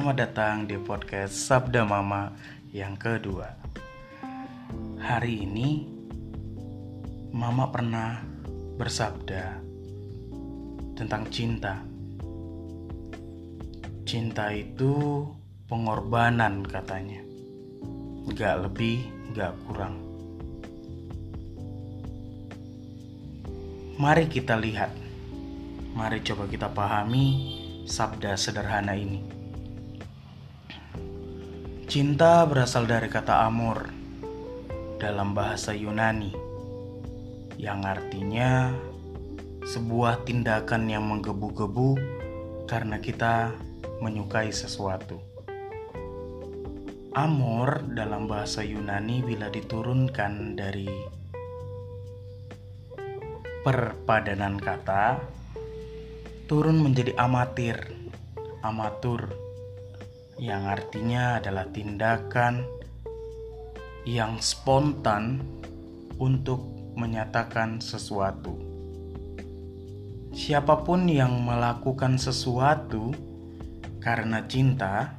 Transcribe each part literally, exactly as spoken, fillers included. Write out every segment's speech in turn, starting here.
Selamat datang di podcast Sabda Mama yang kedua. Hari ini Mama pernah bersabda tentang cinta. Cinta itu pengorbanan katanya, gak lebih gak kurang. Mari kita lihat, mari coba kita pahami sabda sederhana ini. Cinta berasal dari kata amor dalam bahasa Yunani, yang artinya sebuah tindakan yang menggebu-gebu karena kita menyukai sesuatu. Amor dalam bahasa Yunani bila diturunkan dari perpadanan kata, turun menjadi amatir, amatur, yang artinya adalah tindakan yang spontan untuk menyatakan sesuatu. Siapapun yang melakukan sesuatu karena cinta,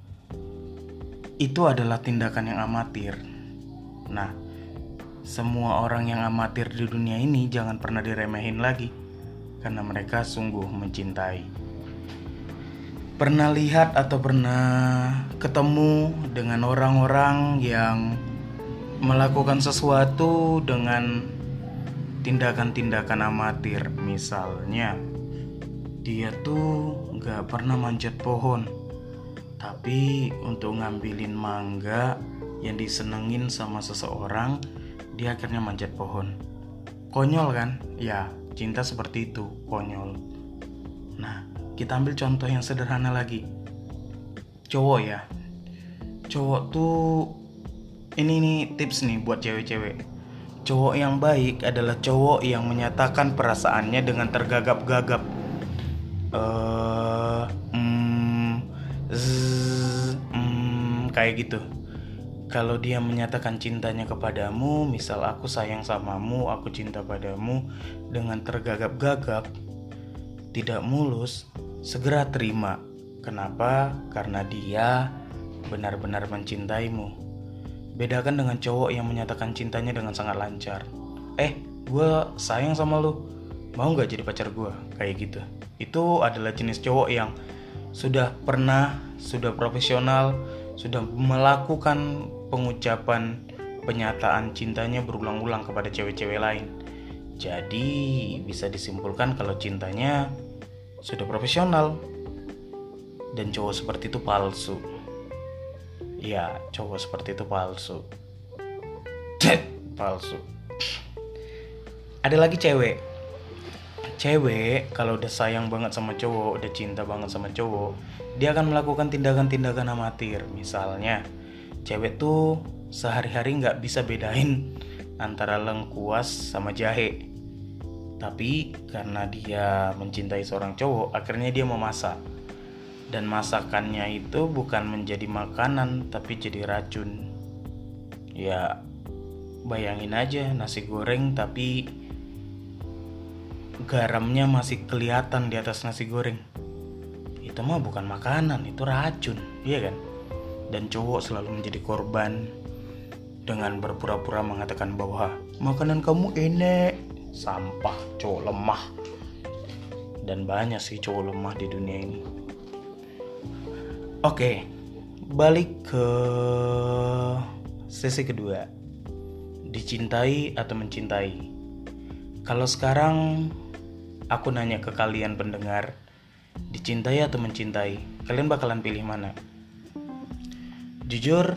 itu adalah tindakan yang amatir. Nah, semua orang yang amatir di dunia ini jangan pernah diremehin lagi, karena mereka sungguh mencintai. Pernah lihat atau pernah ketemu dengan orang-orang yang melakukan sesuatu dengan tindakan-tindakan amatir. Misalnya, dia tuh gak pernah manjat pohon, tapi untuk ngambilin mangga yang disenengin sama seseorang, dia akhirnya manjat pohon. Konyol kan? Ya, cinta seperti itu, konyol. Nah, kita ambil contoh yang sederhana lagi. Cowok ya. Cowok tuh, ini nih tips nih buat cewek-cewek. Cowok yang baik adalah cowok yang menyatakan perasaannya dengan tergagap-gagap. Eh, mm, zzz, mm, kayak gitu. Kalau dia menyatakan cintanya kepadamu, misal aku sayang samamu, aku cinta padamu, dengan tergagap-gagap, tidak mulus, segera terima. Kenapa? Karena dia benar-benar mencintaimu. Bedakan dengan cowok yang menyatakan cintanya dengan sangat lancar. Eh, gue sayang sama lu, mau gak jadi pacar gue? Kayak gitu. Itu adalah jenis cowok yang sudah pernah, sudah profesional, sudah melakukan pengucapan penyataan cintanya berulang-ulang kepada cewek-cewek lain. Jadi bisa disimpulkan kalau cintanya sudah profesional. Dan cowok seperti itu palsu. Ya, cowok seperti itu palsu. Palsu. Ada lagi cewek. Cewek kalau udah sayang banget sama cowok, udah cinta banget sama cowok, dia akan melakukan tindakan-tindakan amatir. Misalnya, cewek tuh sehari-hari gak bisa bedain antara lengkuas sama jahe. Tapi karena dia mencintai seorang cowok, akhirnya dia memasak. Dan masakannya itu bukan menjadi makanan, tapi jadi racun. Ya, bayangin aja nasi goreng tapi garamnya masih kelihatan di atas nasi goreng. Itu mah bukan makanan, itu racun, iya kan? Dan cowok selalu menjadi korban dengan berpura-pura mengatakan bahwa makanan kamu enak. Sampah, cowok lemah. Dan banyak sih cowok lemah di dunia ini. Oke, balik ke sesi kedua. Dicintai atau mencintai. Kalau sekarang aku nanya ke kalian pendengar, dicintai atau mencintai, kalian bakalan pilih mana? Jujur,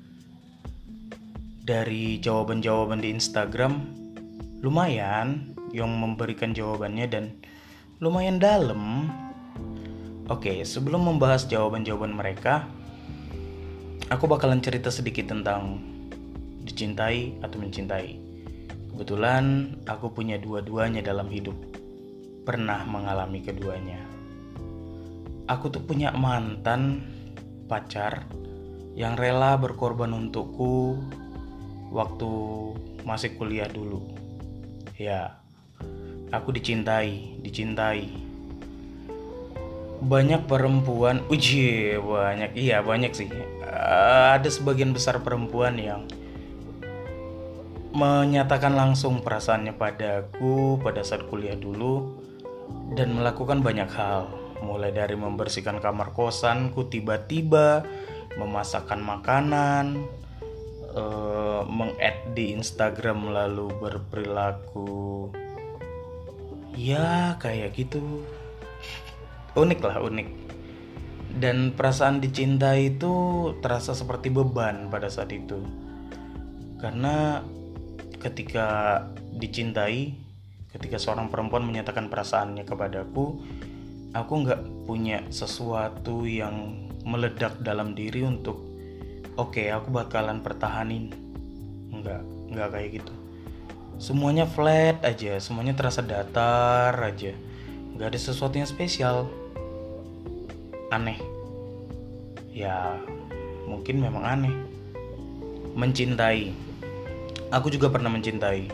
dari jawaban-jawaban di Instagram, lumayan yang memberikan jawabannya dan lumayan dalam. Oke, sebelum membahas jawaban-jawaban mereka, aku bakalan cerita sedikit tentang dicintai atau mencintai. Kebetulan aku punya dua-duanya dalam hidup. Pernah mengalami keduanya. Aku tuh punya mantan pacar yang rela berkorban untukku waktu masih kuliah dulu. Ya, aku dicintai, dicintai. Banyak perempuan, uji banyak, iya banyak sih. Eh, ada sebagian besar perempuan yang menyatakan langsung perasaannya padaku pada saat kuliah dulu dan melakukan banyak hal, mulai dari membersihkan kamar kosanku tiba-tiba, memasakkan makanan, eh, meng-add di Instagram lalu berperilaku ya kayak gitu. Unik lah, unik. Dan perasaan dicinta itu terasa seperti beban pada saat itu. Karena ketika dicintai, ketika seorang perempuan menyatakan perasaannya kepadaku, aku gak punya sesuatu yang meledak dalam diri untuk oke, okay, aku bakalan pertahanin. Enggak, enggak kayak gitu. Semuanya flat aja, semuanya terasa datar aja. Gak ada sesuatu yang spesial. Aneh. Ya, mungkin memang aneh. Mencintai. Aku juga pernah mencintai.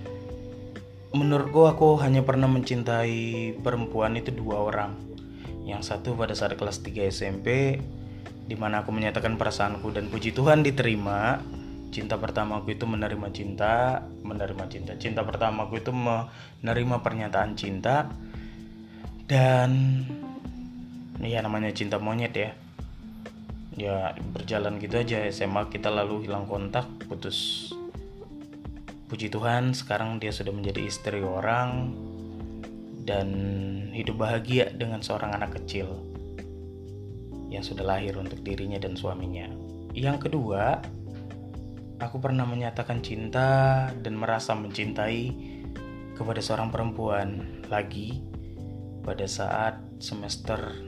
Menurutku aku hanya pernah mencintai perempuan itu dua orang. Yang satu pada saat kelas tiga S M P, di mana aku menyatakan perasaanku dan puji Tuhan diterima. Cinta pertamaku itu menerima cinta, menerima cinta. Cinta pertamaku itu menerima pernyataan cinta. Dan ya namanya cinta monyet ya. Ya berjalan gitu aja, S M A kita lalu hilang kontak, putus. Puji Tuhan sekarang dia sudah menjadi istri orang dan hidup bahagia dengan seorang anak kecil yang sudah lahir untuk dirinya dan suaminya. Yang kedua, aku pernah menyatakan cinta dan merasa mencintai kepada seorang perempuan lagi pada saat semester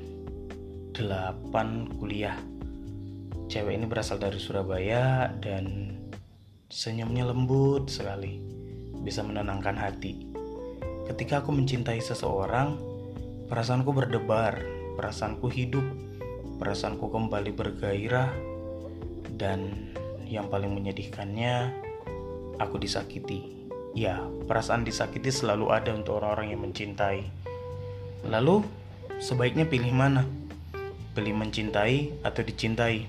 delapan kuliah. Cewek ini berasal dari Surabaya dan senyumnya lembut sekali, bisa menenangkan hati. Ketika aku mencintai seseorang, perasaanku berdebar, perasaanku hidup, perasaanku kembali bergairah, dan yang paling menyedihkannya, aku disakiti. Ya, perasaan disakiti selalu ada untuk orang-orang yang mencintai. Lalu, sebaiknya pilih mana? Pilih mencintai atau dicintai?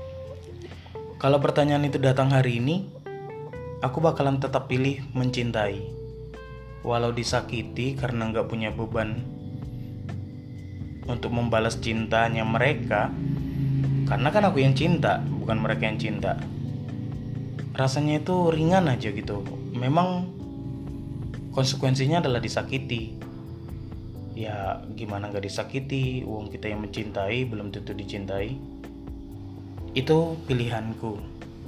Kalau pertanyaan itu datang hari ini, aku bakalan tetap pilih mencintai. Walau disakiti karena gak punya beban untuk membalas cintanya mereka. Karena kan aku yang cinta, bukan mereka yang cinta. Rasanya itu ringan aja gitu. Memang konsekuensinya adalah disakiti. Ya gimana gak disakiti, wong kita yang mencintai belum tentu dicintai. Itu pilihanku.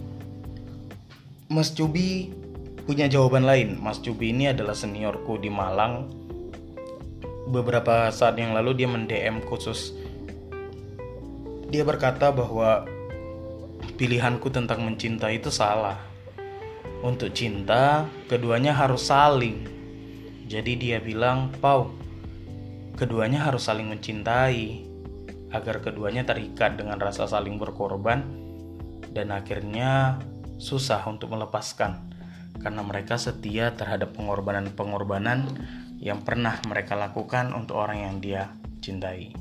Mas Cubi punya jawaban lain. Mas Cubi ini adalah seniorku di Malang. Beberapa saat yang lalu dia men-D M khusus. Dia berkata bahwa pilihanku tentang mencintai itu salah. Untuk cinta, keduanya harus saling. Jadi dia bilang, Pau, keduanya harus saling mencintai agar keduanya terikat dengan rasa saling berkorban dan akhirnya susah untuk melepaskan karena mereka setia terhadap pengorbanan-pengorbanan yang pernah mereka lakukan untuk orang yang dia cintai.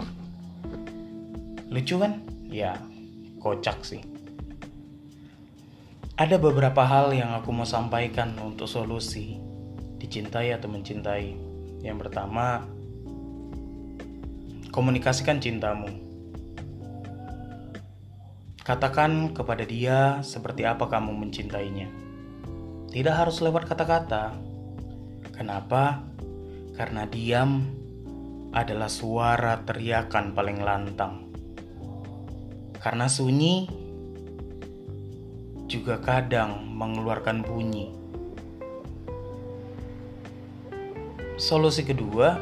Lucu kan? Ya, kocak sih. Ada beberapa hal yang aku mau sampaikan untuk solusi dicintai atau mencintai. Yang pertama, komunikasikan cintamu. Katakan kepada dia seperti apa kamu mencintainya. Tidak harus lewat kata-kata. Kenapa? Karena diam adalah suara teriakan paling lantang. Karena sunyi juga kadang mengeluarkan bunyi. Solusi kedua,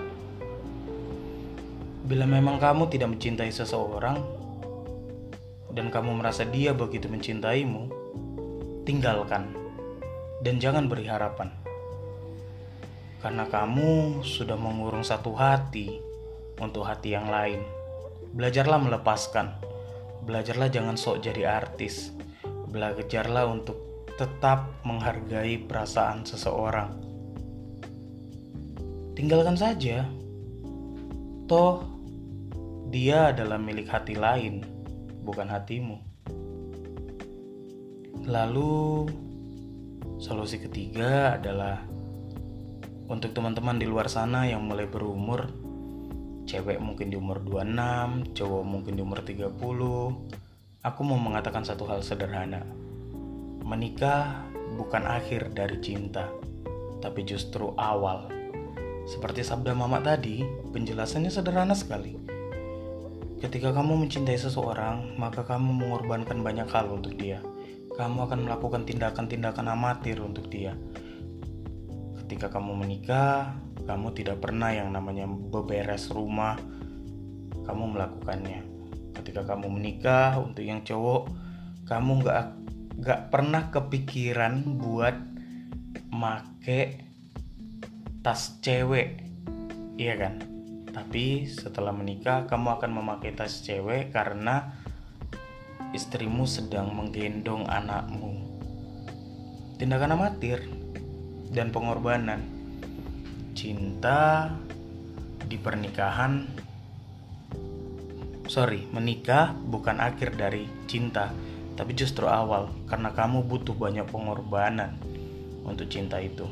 bila memang kamu tidak mencintai seseorang dan kamu merasa dia begitu mencintaimu, tinggalkan dan jangan beri harapan. Karena kamu sudah mengurung satu hati untuk hati yang lain. Belajarlah melepaskan. Belajarlah jangan sok jadi artis. Belajarlah untuk tetap menghargai perasaan seseorang. Tinggalkan saja. Toh Dia adalah milik hati lain, bukan hatimu. Lalu solusi ketiga adalah untuk teman-teman di luar sana yang mulai berumur, cewek mungkin di umur dua puluh enam, cowok mungkin di umur tiga puluh. Aku mau mengatakan satu hal sederhana. Menikah bukan akhir dari cinta, tapi justru awal. Seperti sabda mama tadi, penjelasannya sederhana sekali. Ketika kamu mencintai seseorang, maka kamu mengorbankan banyak hal untuk dia. Kamu akan melakukan tindakan-tindakan amatir untuk dia. Ketika kamu menikah, kamu tidak pernah yang namanya beberes rumah, kamu melakukannya. Ketika kamu menikah, untuk yang cowok, kamu gak, gak pernah kepikiran buat make tas cewek, iya kan? Tapi setelah menikah, kamu akan memakai tas cewek karena istrimu sedang menggendong anakmu. Tindakan amatir dan pengorbanan. Cinta di pernikahan, sorry, menikah bukan akhir dari cinta, tapi justru awal, karena kamu butuh banyak pengorbanan untuk cinta itu.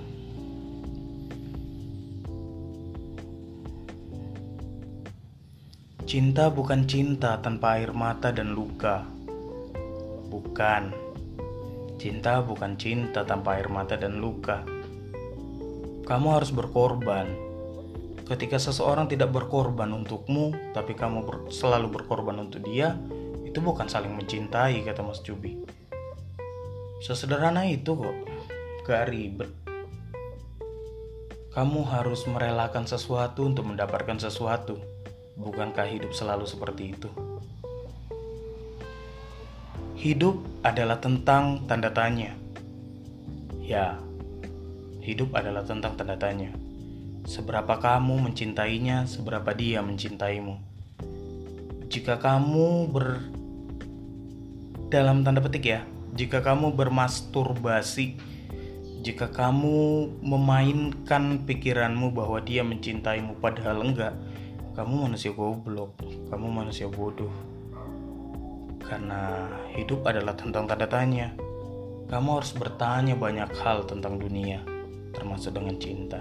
Cinta bukan cinta tanpa air mata dan luka. Bukan. Cinta bukan cinta tanpa air mata dan luka. Kamu harus berkorban. Ketika seseorang tidak berkorban untukmu, tapi kamu ber- selalu berkorban untuk dia, itu bukan saling mencintai, kata Mas Cubi. Sesederhana itu kok. Gak ribet. Kamu harus merelakan sesuatu untuk mendapatkan sesuatu. Bukankah hidup selalu seperti itu? Hidup adalah tentang tanda tanya. Ya, hidup adalah tentang tanda tanya. Seberapa kamu mencintainya, seberapa dia mencintaimu. Jika kamu ber... dalam tanda petik ya, jika kamu bermasturbasi, jika kamu memainkan pikiranmu bahwa dia mencintaimu padahal enggak, kamu manusia goblok, kamu manusia bodoh. Karena hidup adalah tentang tanda tanya. Kamu harus bertanya banyak hal tentang dunia, termasuk dengan cinta.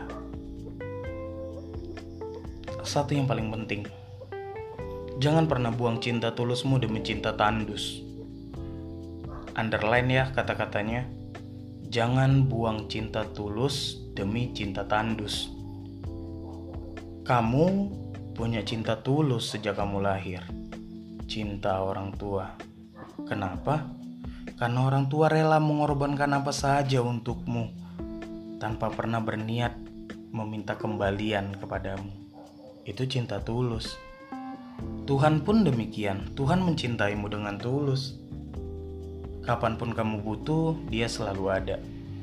Satu yang paling penting, jangan pernah buang cinta tulusmu demi cinta tandus. Underline ya kata-katanya. Jangan buang cinta tulus demi cinta tandus. Kamu punya cinta tulus sejak kamu lahir. Cinta orang tua. Kenapa? Karena orang tua rela mengorbankan apa saja untukmu, tanpa pernah berniat meminta kembalian kepadamu. Itu cinta tulus. Tuhan pun demikian. Tuhan mencintaimu dengan tulus. Kapanpun kamu butuh, dia selalu ada.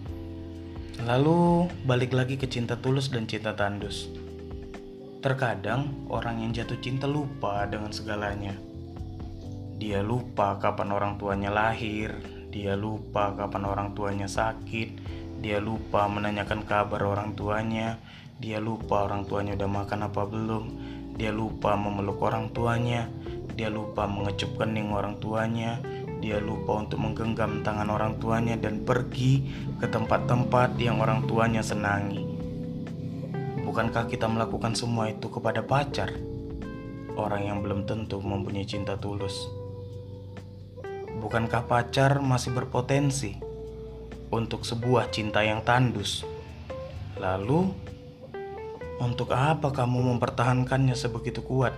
Lalu balik lagi ke cinta tulus dan cinta tandus. Terkadang orang yang jatuh cinta lupa dengan segalanya. Dia lupa kapan orang tuanya lahir, dia lupa kapan orang tuanya sakit, dia lupa menanyakan kabar orang tuanya, dia lupa orang tuanya udah makan apa belum, dia lupa memeluk orang tuanya, dia lupa mengecup kening orang tuanya, dia lupa untuk menggenggam tangan orang tuanya dan pergi ke tempat-tempat yang orang tuanya senangi. Bukankah kita melakukan semua itu kepada pacar? Orang yang belum tentu mempunyai cinta tulus. Bukankah pacar masih berpotensi untuk sebuah cinta yang tandus? Lalu, untuk apa kamu mempertahankannya sebegitu kuat?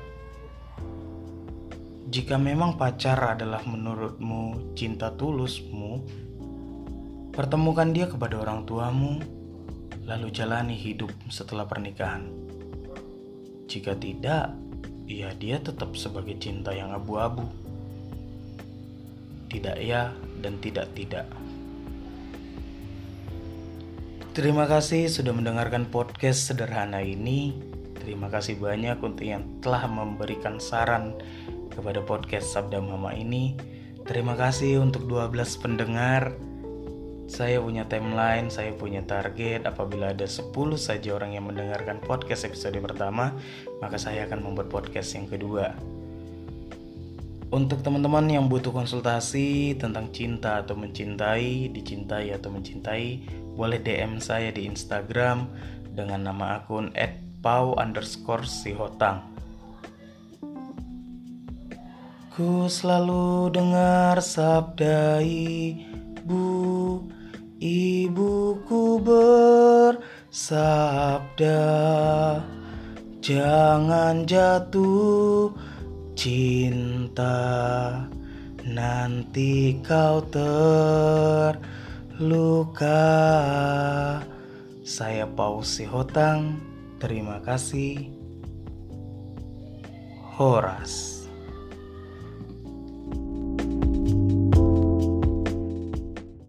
Jika memang pacar adalah menurutmu cinta tulusmu, pertemukan dia kepada orang tuamu, lalu jalani hidup setelah pernikahan. Jika tidak, ya dia tetap sebagai cinta yang abu-abu. Tidak ya dan tidak tidak. Terima kasih sudah mendengarkan podcast sederhana ini. Terima kasih banyak untuk yang telah memberikan saran kepada podcast Sabda Mama ini. Terima kasih untuk dua belas pendengar. Saya punya timeline, saya punya target. Apabila ada sepuluh saja orang yang mendengarkan podcast episode pertama, maka saya akan membuat podcast yang kedua. Untuk teman-teman yang butuh konsultasi tentang cinta atau mencintai, dicintai atau mencintai, boleh D M saya di Instagram dengan nama akun et pau underscore sihotang. Ku selalu dengar sabda ibu, ibuku bersabda, jangan jatuh cinta, nanti kau terluka. Saya Pau Sihotang, terima kasih. Horas.